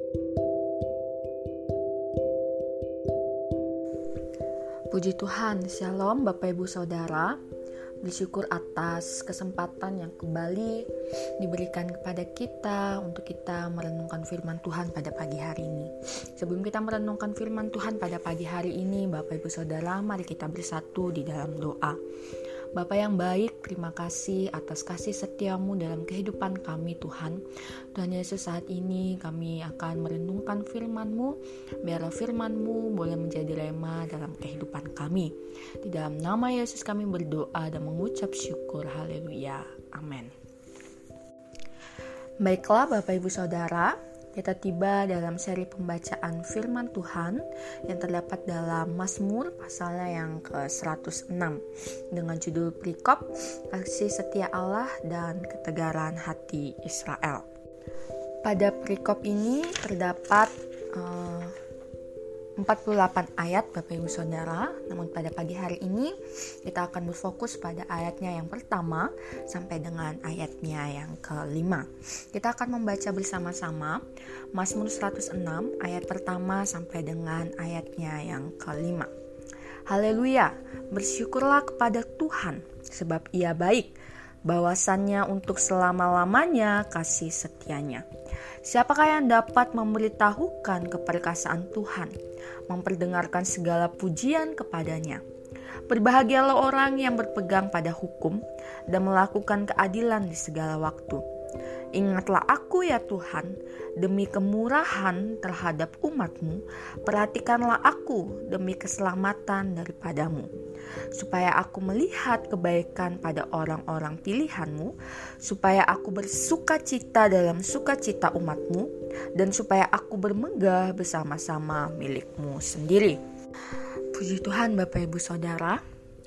Puji Tuhan, Shalom Bapak Ibu Saudara. Bersyukur atas kesempatan yang kembali diberikan kepada kita untuk kita merenungkan firman Tuhan pada pagi hari ini. Sebelum kita merenungkan firman Tuhan pada pagi hari ini, Bapak Ibu Saudara, mari kita bersatu di dalam doa. Bapa yang baik, terima kasih atas kasih setiamu dalam kehidupan kami Tuhan. Tuhan Yesus, saat ini kami akan merenungkan firman-Mu. Biarlah firman-Mu boleh menjadi rema dalam kehidupan kami. Di dalam nama Yesus kami berdoa dan mengucap syukur. Haleluya. Amin. Baiklah Bapak Ibu Saudara, kita tiba dalam seri pembacaan firman Tuhan yang terdapat dalam Mazmur pasalnya yang ke-106 dengan judul perikop Kasih Setia Allah dan Ketegaran Hati Israel. Pada perikop ini terdapat 48 ayat Bapak Ibu Saudara. Namun pada pagi hari ini kita akan berfokus pada ayatnya yang pertama sampai dengan ayatnya yang kelima. Kita akan membaca bersama-sama Mazmur 106 ayat pertama sampai dengan ayatnya yang kelima. Haleluya, bersyukurlah kepada Tuhan sebab Ia baik, bahwasannya untuk selama-lamanya kasih setianya. Siapakah yang dapat memberitahukan keperkasaan Tuhan, memperdengarkan segala pujian kepadanya? Berbahagialah orang yang berpegang pada hukum dan melakukan keadilan di segala waktu. Ingatlah aku ya Tuhan, demi kemurahan terhadap umat-Mu, perhatikanlah aku demi keselamatan daripadamu, supaya aku melihat kebaikan pada orang-orang pilihan-Mu, supaya aku bersukacita dalam sukacita umat-Mu, dan supaya aku bermegah bersama-sama milik-Mu sendiri. Puji Tuhan Bapak Ibu Saudara.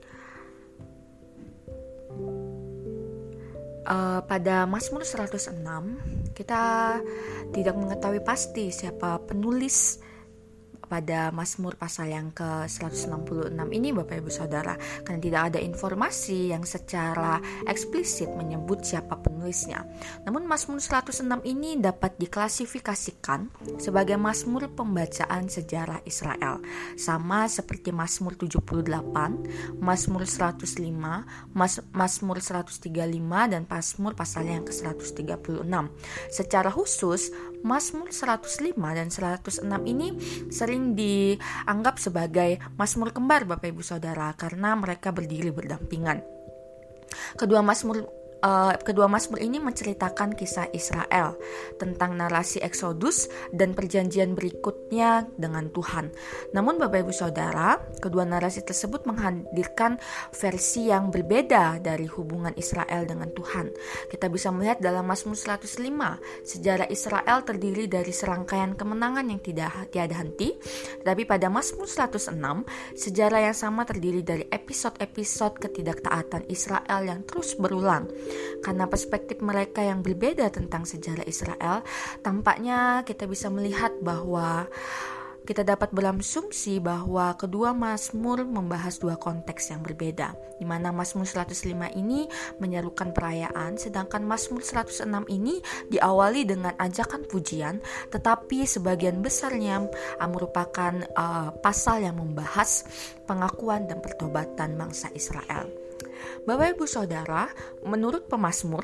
Pada Mazmur 106 kita tidak mengetahui pasti siapa penulis pada Mazmur pasal yang ke-166 ini Bapak Ibu Saudara, karena tidak ada informasi yang secara eksplisit menyebut siapa penulisnya. Namun Mazmur 106 ini dapat diklasifikasikan sebagai Mazmur pembacaan sejarah Israel, sama seperti Mazmur 78, Mazmur 105, Mazmur 135 dan Mazmur pasal yang ke-136. Secara khusus Mazmur 105 dan 106 ini sering dianggap sebagai Mazmur kembar Bapak Ibu Saudara, karena mereka berdiri berdampingan. Kedua Mazmur ini menceritakan kisah Israel tentang narasi Exodus dan perjanjian berikutnya dengan Tuhan. Namun Bapak Ibu Saudara, kedua narasi tersebut menghadirkan versi yang berbeda dari hubungan Israel dengan Tuhan. Kita bisa melihat dalam Mazmur 105, sejarah Israel terdiri dari serangkaian kemenangan yang tiada henti. Tetapi pada Mazmur 106, sejarah yang sama terdiri dari episode-episode ketidaktaatan Israel yang terus berulang. Karena perspektif mereka yang berbeda tentang sejarah Israel, tampaknya kita bisa melihat bahwa kita dapat berasumsi bahwa kedua Mazmur membahas dua konteks yang berbeda, di mana Mazmur 105 ini menyerukan perayaan, sedangkan Mazmur 106 ini diawali dengan ajakan pujian, tetapi sebagian besarnya merupakan pasal yang membahas pengakuan dan pertobatan bangsa Israel. Bapak Ibu Saudara, menurut pemazmur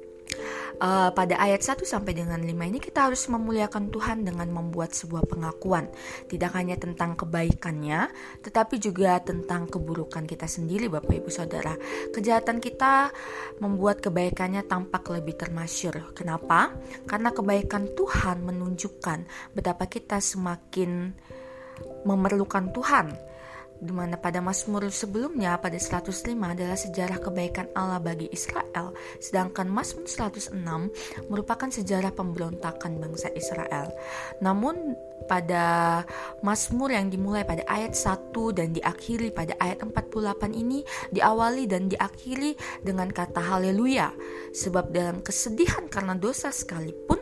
pada ayat 1 sampai dengan 5 ini kita harus memuliakan Tuhan dengan membuat sebuah pengakuan, tidak hanya tentang kebaikannya tetapi juga tentang keburukan kita sendiri Bapak Ibu Saudara. Kejahatan kita membuat kebaikannya tampak lebih termasyur. Kenapa? Karena kebaikan Tuhan menunjukkan betapa kita semakin memerlukan Tuhan. Di mana pada Mazmur sebelumnya pada 105 adalah sejarah kebaikan Allah bagi Israel, sedangkan Mazmur 106 merupakan sejarah pemberontakan bangsa Israel. Namun pada Mazmur yang dimulai pada ayat 1 dan diakhiri pada ayat 48 ini diawali dan diakhiri dengan kata haleluya, sebab dalam kesedihan karena dosa sekalipun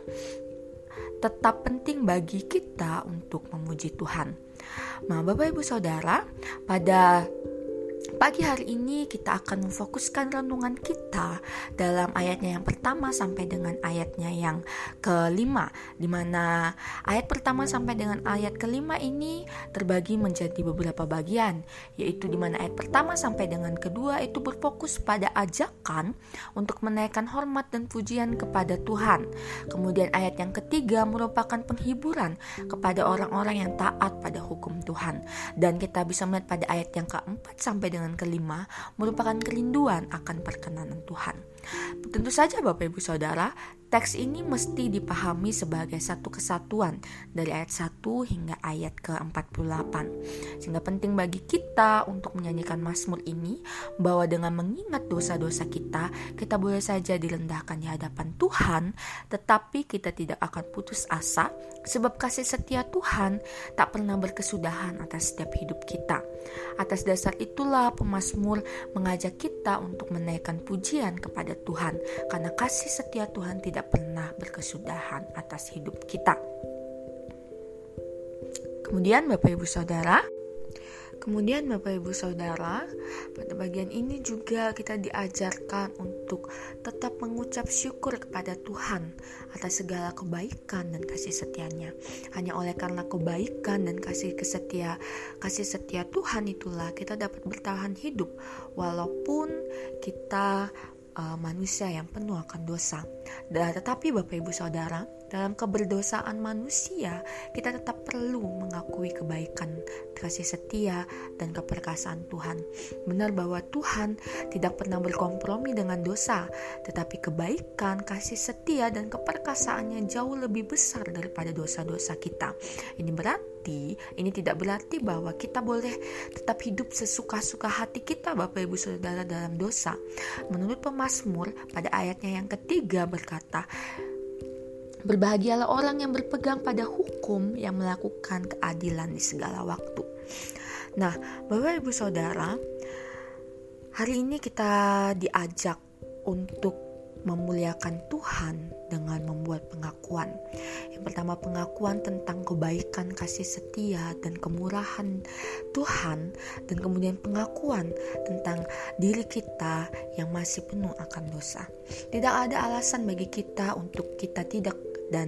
tetap penting bagi kita untuk memuji Tuhan. Nah, Bapak Ibu Saudara, pada pagi hari ini kita akan memfokuskan renungan kita dalam ayatnya yang pertama sampai dengan ayatnya yang kelima, di mana ayat pertama sampai dengan ayat kelima ini terbagi menjadi beberapa bagian, yaitu di mana ayat pertama sampai dengan kedua itu berfokus pada ajakan untuk menaikkan hormat dan pujian kepada Tuhan. Kemudian ayat yang ketiga merupakan penghiburan kepada orang-orang yang taat pada hukum Tuhan. Dan kita bisa melihat pada ayat yang keempat sampai dengan kelima merupakan kerinduan akan perkenanan Tuhan. Tentu saja Bapak Ibu Saudara, teks ini mesti dipahami sebagai satu kesatuan dari ayat 1 hingga ayat ke-48. Sehingga penting bagi kita untuk menyanyikan mazmur ini bahwa dengan mengingat dosa-dosa kita, kita boleh saja direndahkan di hadapan Tuhan, tetapi kita tidak akan putus asa sebab kasih setia Tuhan tak pernah berkesudahan atas setiap hidup kita. Atas dasar itulah pemazmur mengajak kita untuk menaikkan pujian kepada Tuhan, karena kasih setia Tuhan tidak pernah berkesudahan atas hidup kita. Kemudian Bapak Ibu Saudara, pada bagian ini juga kita diajarkan untuk tetap mengucap syukur kepada Tuhan atas segala kebaikan dan kasih setianya. Hanya oleh karena kebaikan dan kasih setia Tuhan itulah kita dapat bertahan hidup walaupun kita manusia yang penuh akan dosa. Tetapi Bapak Ibu Saudara, dalam keberdosaan manusia, kita tetap perlu mengakui kebaikan, kasih setia, dan keperkasaan Tuhan. Benar bahwa Tuhan tidak pernah berkompromi dengan dosa, tetapi kebaikan, kasih setia, dan keperkasaannya jauh lebih besar daripada dosa-dosa kita. Ini tidak berarti bahwa kita boleh tetap hidup sesuka-suka hati kita, Bapak Ibu Saudara, dalam dosa. Menurut pemazmur pada ayatnya yang ketiga berkata, berbahagialah orang yang berpegang pada hukum, yang melakukan keadilan di segala waktu. Nah, Bapak Ibu Saudara, hari ini kita diajak untuk memuliakan Tuhan dengan membuat pengakuan. Yang pertama, pengakuan tentang kebaikan, kasih setia, dan kemurahan Tuhan. Dan kemudian pengakuan tentang diri kita yang masih penuh akan dosa. Tidak ada alasan bagi kita untuk kita tidak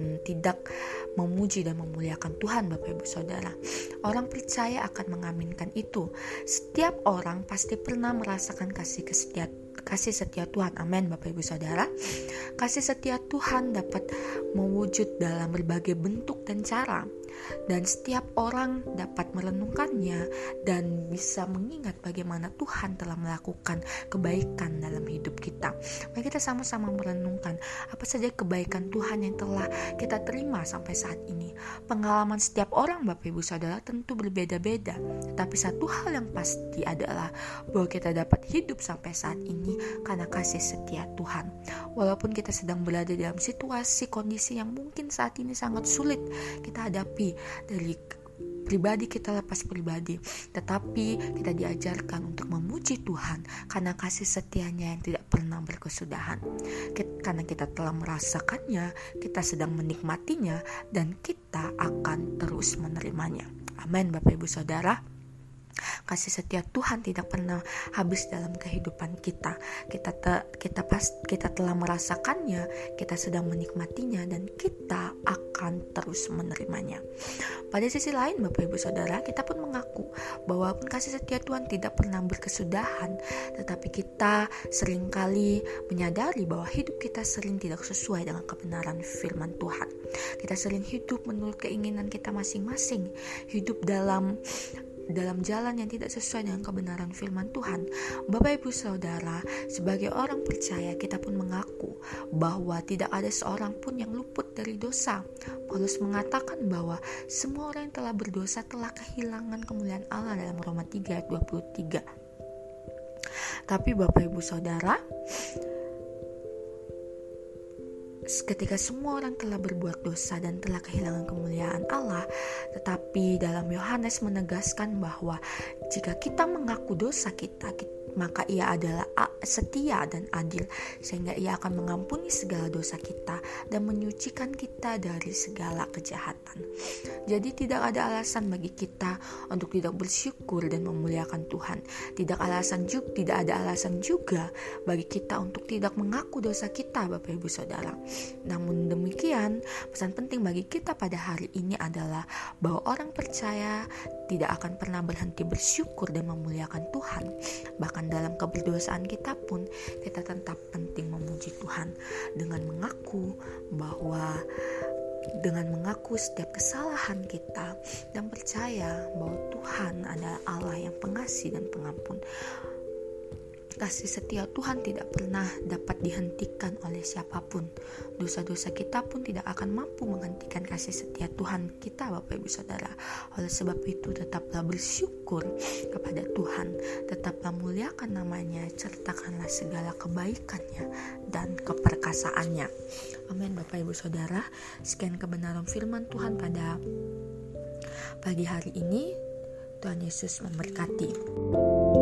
memuji dan memuliakan Tuhan, Bapak Ibu Saudara. Orang percaya akan mengaminkan itu. Setiap orang pasti pernah merasakan kasih setia Tuhan. Amin, Bapak Ibu Saudara. Kasih setia Tuhan dapat mewujud dalam berbagai bentuk dan cara, dan setiap orang dapat merenungkannya dan bisa mengingat bagaimana Tuhan telah melakukan kebaikan dalam hidup kita. Mari kita sama-sama merenungkan apa saja kebaikan Tuhan yang telah kita terima sampai saat ini. Pengalaman setiap orang, Bapak Ibu Saudara, tentu berbeda-beda, tapi satu hal yang pasti adalah bahwa kita dapat hidup sampai saat ini karena kasih setia Tuhan. Walaupun kita sedang berada dalam situasi kondisi yang mungkin saat ini sangat sulit kita hadapi, dari pribadi kita lepas pribadi, tetapi kita diajarkan untuk memuji Tuhan karena kasih setianya yang tidak pernah berkesudahan. Karena kita telah merasakannya, kita sedang menikmatinya, dan kita akan terus menerimanya. Amin, Bapak Ibu Saudara. Kasih setia Tuhan tidak pernah habis dalam kehidupan kita. Kita telah merasakannya, kita sedang menikmatinya, dan kita akan terus menerimanya. Pada sisi lain, Bapak Ibu Saudara, kita pun mengaku bahwa kasih setia Tuhan tidak pernah berkesudahan, tetapi kita seringkali menyadari bahwa hidup kita sering tidak sesuai dengan kebenaran firman Tuhan. Kita sering hidup menurut keinginan kita masing-masing, hidup dalam jalan yang tidak sesuai dengan kebenaran firman Tuhan. Bapak Ibu Saudara, sebagai orang percaya kita pun mengaku bahwa tidak ada seorang pun yang luput dari dosa. Paulus mengatakan bahwa semua orang yang telah berdosa telah kehilangan kemuliaan Allah dalam Roma 3 ayat 23. Tapi Bapak Ibu Saudara, ketika semua orang telah berbuat dosa dan telah kehilangan kemuliaan Allah, tetapi dalam Yohanes menegaskan bahwa jika kita mengaku dosa kita maka Ia adalah setia dan adil, sehingga Ia akan mengampuni segala dosa kita dan menyucikan kita dari segala kejahatan. Jadi tidak ada alasan bagi kita untuk tidak bersyukur dan memuliakan Tuhan. Tidak ada alasan juga bagi kita untuk tidak mengaku dosa kita, Bapak Ibu Saudara. Namun demikian, pesan penting bagi kita pada hari ini adalah bahwa orang percaya tidak akan pernah berhenti bersyukur dan memuliakan Tuhan. Bahkan dalam keberdosaan kita pun kita tetap penting memuji Tuhan dengan mengaku setiap kesalahan kita dan percaya bahwa Tuhan adalah Allah yang pengasih dan pengampun. Kasih setia Tuhan tidak pernah dapat dihentikan oleh siapapun. Dosa-dosa kita pun tidak akan mampu menghentikan kasih setia Tuhan kita, Bapak Ibu Saudara. Oleh sebab itu, tetaplah bersyukur kepada Tuhan, tetaplah muliakan namanya, ceritakanlah segala kebaikannya dan keperkasaannya. Amin, Bapak Ibu Saudara. Sekian kebenaran firman Tuhan pada pagi hari ini. Tuhan Yesus memberkati.